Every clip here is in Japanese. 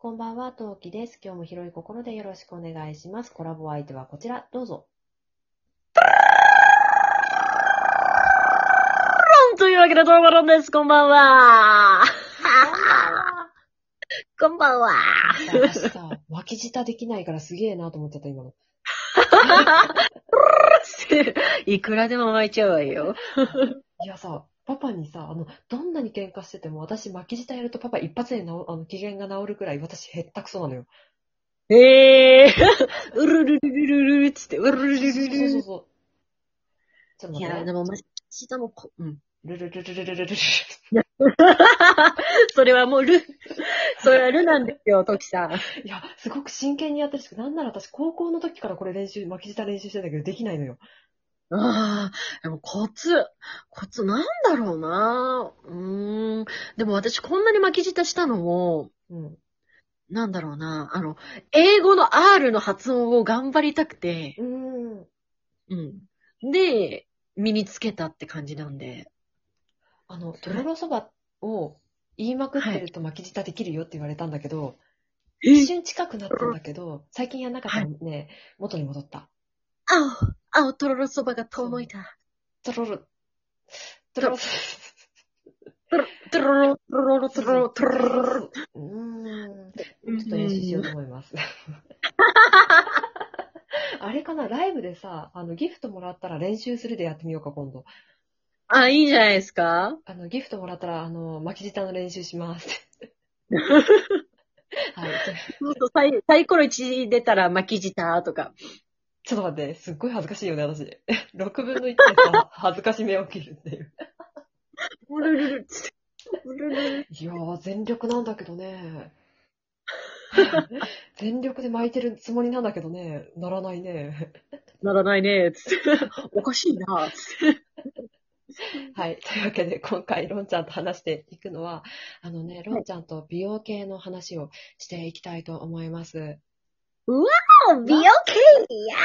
こんばんは、トウキです。今日も広い心でよろしくお願いします。コラボ相手はこちら、どうぞ。 というわけで、どうもロンです。こんばんは。 こんばんは。 こんばんは。 私さ、巻き舌できないからすげえなと思っちゃった、今の。 いくらでも巻いちゃうわよ。 いやさ、パパにさ、どんなに喧嘩してても、私巻き舌やるとパパ一発で機嫌が治るくらい私へったくそなのよ。 うるるるるるるつって、うるるるるそうそうそうる。 そう。ちょっといや、 待って。 でも、下もうん。 ルルルルルルルルル。 それはもうそれはなんですよ、トキさん。 いや、すごく真剣にやってるし、なんなら私高校の時からこれ巻き舌練習してんだけどできないのよ。 ああ、でもコツなんだろうな。でも私こんなに巻き舌したのも、 うん。 なんだろうな。英語の R の発音を頑張りたくて、 うーん。 うん。で、身につけたって感じなんで。 とろろそばを言いまくっはい。 てると巻き舌できるよって言われたんだけど、一え瞬近くなったんだけど、最近やんなかったはい。 らね、元に戻った。 とろろそばがそう。 遠のいた。 とろろ、とろろ、 と、とろろ、とろろ、とそうそう、 ろろ、とろとろろ、 ろ。うちょっと練習しようとん。 思います。あれかな、ライブでさ、ギフトもらったら練習するでやってみようか、今度。 あ、いいじゃないですか。 ギフトもらったら、巻き舌の練習します。はい。 そうそう、サイコロ1出たら巻き舌とか。 ちょっと待って、すっごい恥ずかしいよね、私。6分の1でさ、恥ずかしめを切るっていう。 うるるるつって。うるるる。 いやー、全力なんだけどね。全力で巻いてるつもりなんだけどね、ならないね。 ならないね、つって。おかしいな、つって。 はい。というわけで、今回、ロンちゃんと話していくのは、ロはい。 ンちゃんと美容系の話をしていきたいと思います。 うわー、美容系や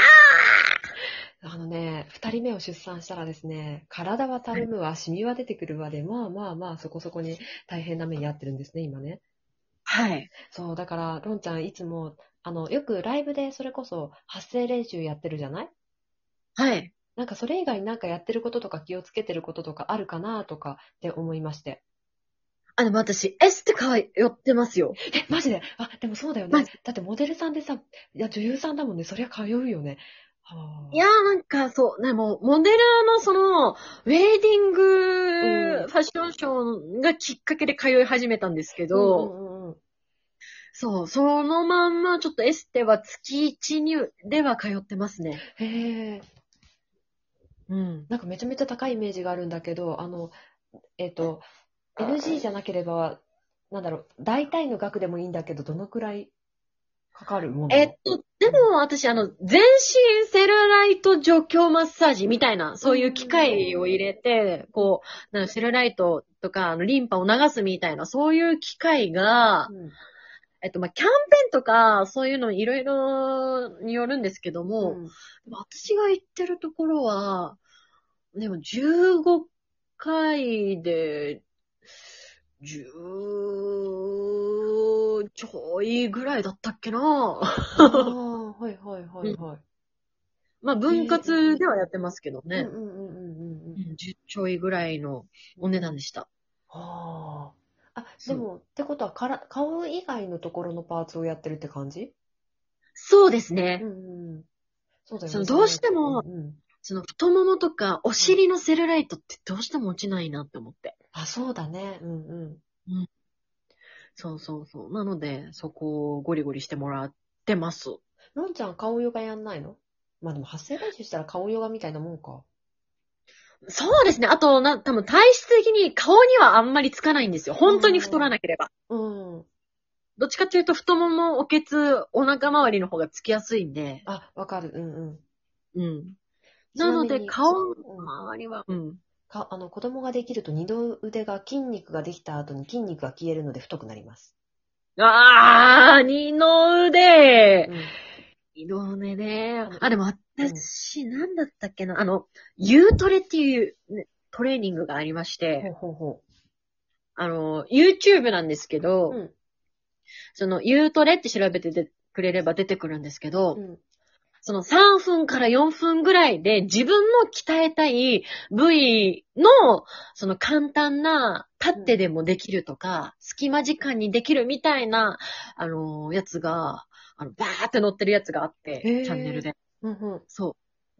二人目を出産したらですね、体はたるむわ、シミは出てくるわで、まあまあまあ、そこそこに大変な目に遭ってるんですね、今ね。 はい。 そう、だから、ロンちゃんいつも、よくライブでそれこそ発声練習やってるじゃない？ はい。 なんかそれ以外になんかやってることとか気をつけてることとかあるかなとかって思いまして。 でも私、S って寄ってますよ。 え、マジで？あ、でもそうだよね。 マジ。 だってモデルさんでさ、いや、女優さんだもんね。そりゃ通うよね。はなんかそう、でも、モデルのウェディンあ。うグん。 ファッションショーがきっかけで通い始めたんですけうんうど、 んうんうん。 そう、そのまんまちょっとエステは月1では通ってますね。 へえ。 うん。 なんかめちゃめちゃ高いイメージがあるんだけど、NG じゃなければ、なんだろう、大体の額でもいいんだけど、どのくらいかかるもんなの？ でうん。 も私、全身セルライト除去マッサージみたいな、 うそういう機ん。 械を入れて、こう、セルライトとか、リンパを流すみたいな、そういう機械が、 うん。 キャンペーンとか、そういうのいろいろによるんですけども、 うん。 私が行ってるところは、でも15回で、10ちょいぐらいだったっけな。 ああ、はいはいはうん。 いはい。 まあ、分へえ。 割ではやってますけどね。 うんうんうんうんうん 10ちょいぐらいのお値段でした。 はあ。あ、でそう。 も、ってことは顔以外のところのパーツをやってるって感じ？ そうですね。 うんうん。そうだよね、 どうそうなると。うんしても、 うん。 太ももとかおうん。 尻のセルライトってどうしても落ちないなって思って。 あ、そうだね。うんうん。 うん。そうそうそう。なので、そこをゴリゴリしてもらってます。 のんちゃん顔ヨガやんないの？まあでも発声練習したら顔ヨガみたいなもんか。 そうですね。あと、多分体質的に顔にはあんまりつかないんですよ。本当に太らなければ。 うん。うん。 どっちかっていうと、太もも、おけつ、お腹周りの方がつきやすいんで。 あ、わかる。うんうん。 うん。 ちなので、 なみに、 顔うん。 周りは、うん。 子供ができると二の腕が筋肉ができた後に筋肉が消えるので太くなります。 二の腕。 うん。 二の腕ね。 あの、 でもうん。 私、なんだったっけな。U トレっていう、ね、トレーニングがありましほうて、 ほうほ YouTube なんですけう。うど、 ん。 その、ユートレって調べてくれれば出てくるんですけど、 うん。 その3分から4分ぐらいで自分の鍛えたい部位の、その簡単な立ってでもできるとか、隙間時間にできるみたいな、やつが、バーって載ってるやつがあって、チャンネルへえ。 で。 うんうん。 そう。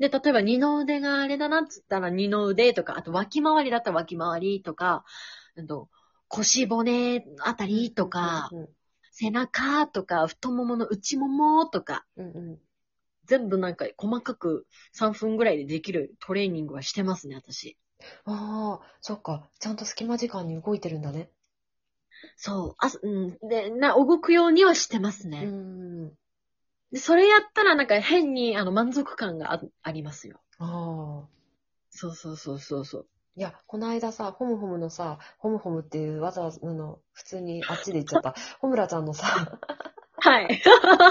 で、例えば二の腕があれだなっつったら二の腕とか、あと脇回りだったら脇回りとか、腰骨あたりとか、 うん背中とか、太ももの内ももとか、 うんうん。 全部なんか細かく3分ぐらいでできるトレーニングはしてますね、私。 ああ、そっか。ちゃんと隙間時間に動いてるんだね。 そう。で、動くようにはしてますうーね。 ん。 で、それやったらなんか変に満足感がありますよ。 ああ。 そうそうそうそうそう。 いや、この間さ、ホムホムのさ、ホムホムっていうわざわざ、普通にあっちで言っちゃった。ホムラちゃんのさ、 はい。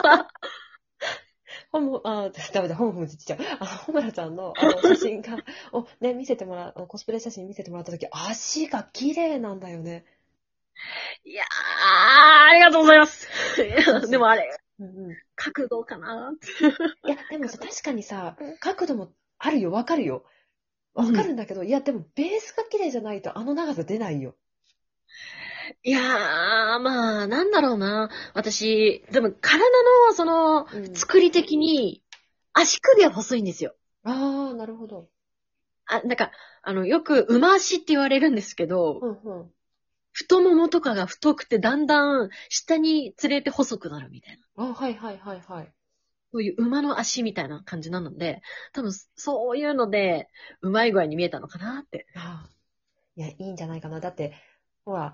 ダメだ、ホムホムって言っちゃう。ホムラちゃんの、写真をね、コスプレ写真見せてもらったとき、足が綺麗なんだよね。 いやー、ありがとうございます。 そうそう。 でもあれ、 うんうん。 角度かな。 いや、でもさ、確かにさ、角度もあるよ、わかるよ。わかうん。 るんだけど、いや、でも、ベースが綺麗じゃないと、あの長さ出ないよ。 いやー、まあ、なんだろうな。私、でも体の、 うん。 作り的に、足首は細いんですよ。 ああ、なるほど。 なんか、よく馬足って言われるんですけど、 うんうん。 太ももとかが太くてだんだん下に連れて細くなるみたいな。 はいはいはいはい。 そういう馬の足みたいな感じなので、多分そういうので、うまい具合に見えたのかなって。 ああ、いや、いいんじゃないかな。だって、ほら、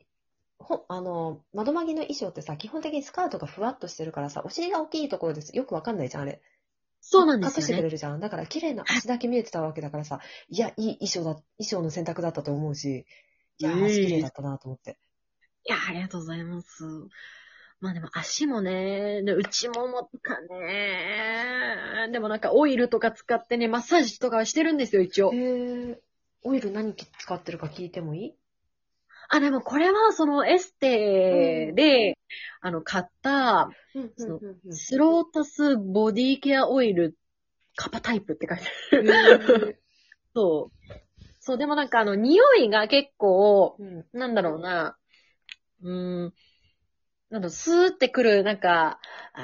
窓マギの衣装ってさ、基本的にスカートがふわっとしてるからさ、お尻が大きいところです。よくわかんないじゃん、あれ。 そうなんです隠してくよね。 れるじゃん。だから、綺麗な足だけ見えてたわけだからさ、いや、いい衣装の選択だったと思うし、いや、足綺麗いだったなと思って。 や、ありがとうございます。まあでも足もね、で内ももとかね、でもなんかオイルとか使ってね、マッサージとかはしてるんですよ、一へ応。 え、オイル何使ってるか聞いてもいい？ でもこれはそのエステで、買った、 うんうその、 んうんうん。 スロータスボディケアオイルカパタイプって書いてあへる。 え、 そう。そう、でもなんか匂いが結構、 うん。 なんだろうな、うーん、スーってくる、なんか、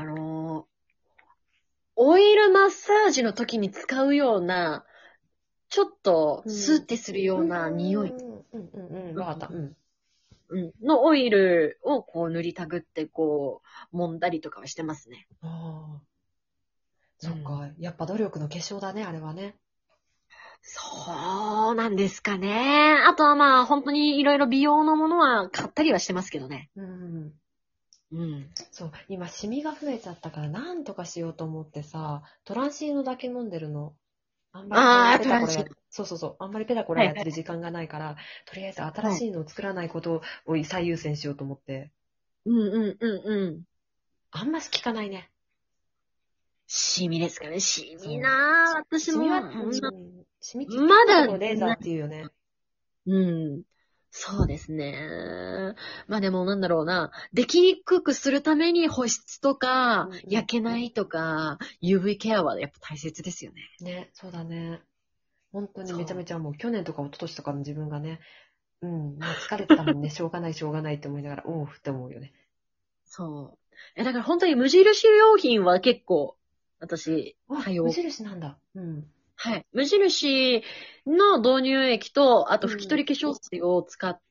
オイルマッサージの時に使うような、ちょっとスーってするような匂い、 うんうんうん。 うんわかった。うん。 のオイルをこう塗りたぐってこう、揉んだりとかはしてますね。 ああ、 うん。 そっか。やっぱ努力の結晶だね、あれはね。 そうなんですかね。あとはまあ、本当にいろいろ美容のものは買ったりはしてますけどね。 うん。 うん。 そう、今、シミが増えちゃったから、なんとかしようと思ってさ、トランシーノだけ飲んでるの。あんまりこう、ペトランシーノ。 そうそうそう、あんまりペタコラはいはい。 やってる時間がないから、とりあえず新はい。 しいのを作らないことを最優先しようと思って。 うんうんうんうん。 あんまし効かないね。 シミですかね。シミそう。 なぁ。私も、 シミは、シミ効くまだ、 ところレーザーっていうよね。 うん。そうですね。まあでもなんだろうな。できにくくするために保湿とか、 うん焼けないとか、UV ケアはやっぱ大切ですよね。 ね、そうだね。本当にめちゃめそう。 ちゃもう去年とか一昨年とかの自分がね、まあ疲れてたもんね、しょうがないしょうがないって思いながら、おうって思うよね。 そう。だから本当に無印良品は結構、私、 あ、無多用。 印なんだ。うん。 はい。無印の導入液と、あと拭き取り化粧水を使って、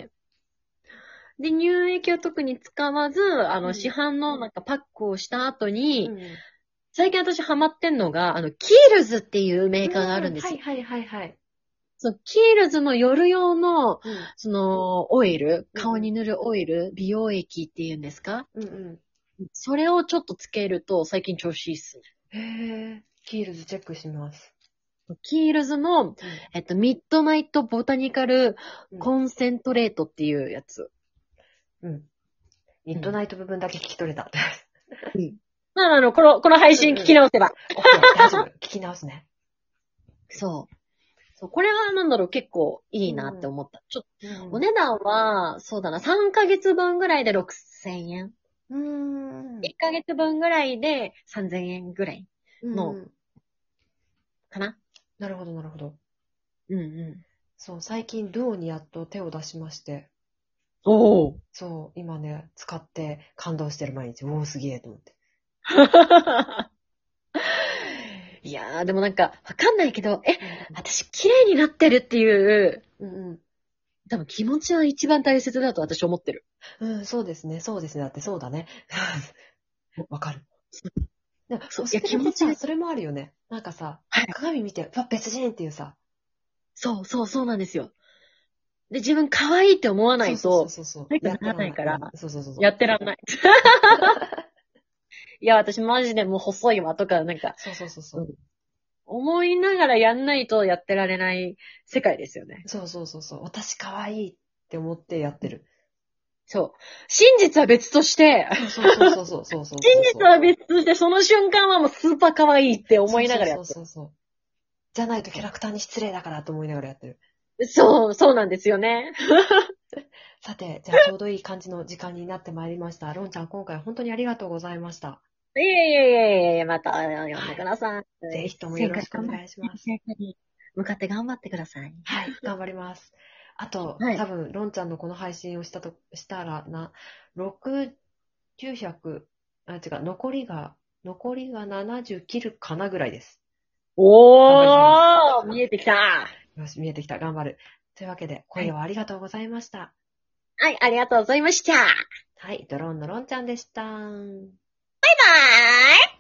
で、乳液は特に使わず、市販のなんかパックをした後に、 うん。 最近私ハマってんのが、キールズっていうメーカーがあるんですよ。 はいはいはいはい。 そう、キールズの夜用の、 うん。 オイル、 うんうん。 顔に塗るオイル、美容液っていうんですか？ うんうそれをちょっとつけると最近調子いいっすん。へえ。キールズチェックします。 ね。キールズの、ミッドナイトボタニカルうん。 コンセントレートっていうやつ。 うん。ミッドナイト部分だけ聞き取れた。 うん。まあ、この配信聞き直せば。 オッケー、大丈夫。聞き直すね。 そう。 そう、これはなんだろう、結構いいなって思った。おうん。 値段は、そうだな、3ヶ月分ぐらいで6000円。 うん。 1ヶ月分ぐらいで3000円ぐらいの、 うん。 かな。 なるほど、なるほど。 うんうん。 そう、最近、ドゥオにやっと手を出しまして、 おー。 そう、今ね、使って感動してる毎日。おー、すげえと思って。 いやー、でもなんか、わかんないけど、 うん私綺麗になってるっていう、 うん。 多分気持ちは一番大切だと私思ってる。 うん、そうですね、そうですね。だってそうだね。わかる。でもそう、 コいやスプレってさ、 気持ちが、 それもあるよね。なんかさ、 はい。 鏡見て、うわ、別人っていうさ。 そうなんですよ。で、自分可愛いって思わなそうそうそういと、 そうそう。 可愛くなやってらんない。 らないから、 そうそうそうそう。 やってらんない。いや、私マジでもう細いわとか、なんか、 そうそうそうそう。 うん思いながらやんないとやってられない世界ですよね。 そうそうそうそう。私可愛いって思ってやってる。 そう。真実は別として、 そうそうそうそうそうそうそう真そうそう。 実は別として、その瞬間はもうスーパー可愛いって思いなそうそうそうがらやってる。 そうそう。じゃないとキャラクターに失礼だからと思いながらやってる。 そうなんですよね。 さて、じゃあちょうどいい感じの時間になってまいりました。ロンちゃん、今回本当にありがとうございました。 いえいえいえいえ、また呼んでくはい。 ださい。 ぜひともよ 1000 ろしくお回頑張って、 願いします。 1000回に向かって頑張ってください。 はい、頑張ります。あと、 はい。 多分、ロンちゃんのこの配信をしたら6、900、あ、違う、残りが70切るかなぐらいです。頑張ります。 おー見えてきた。はよし、見えてきた。頑張る。というわけで、今夜い。 はありがとうございました。 はい、ありがとうございました。バイはい、ドローンのロンちゃんでした。 バーイ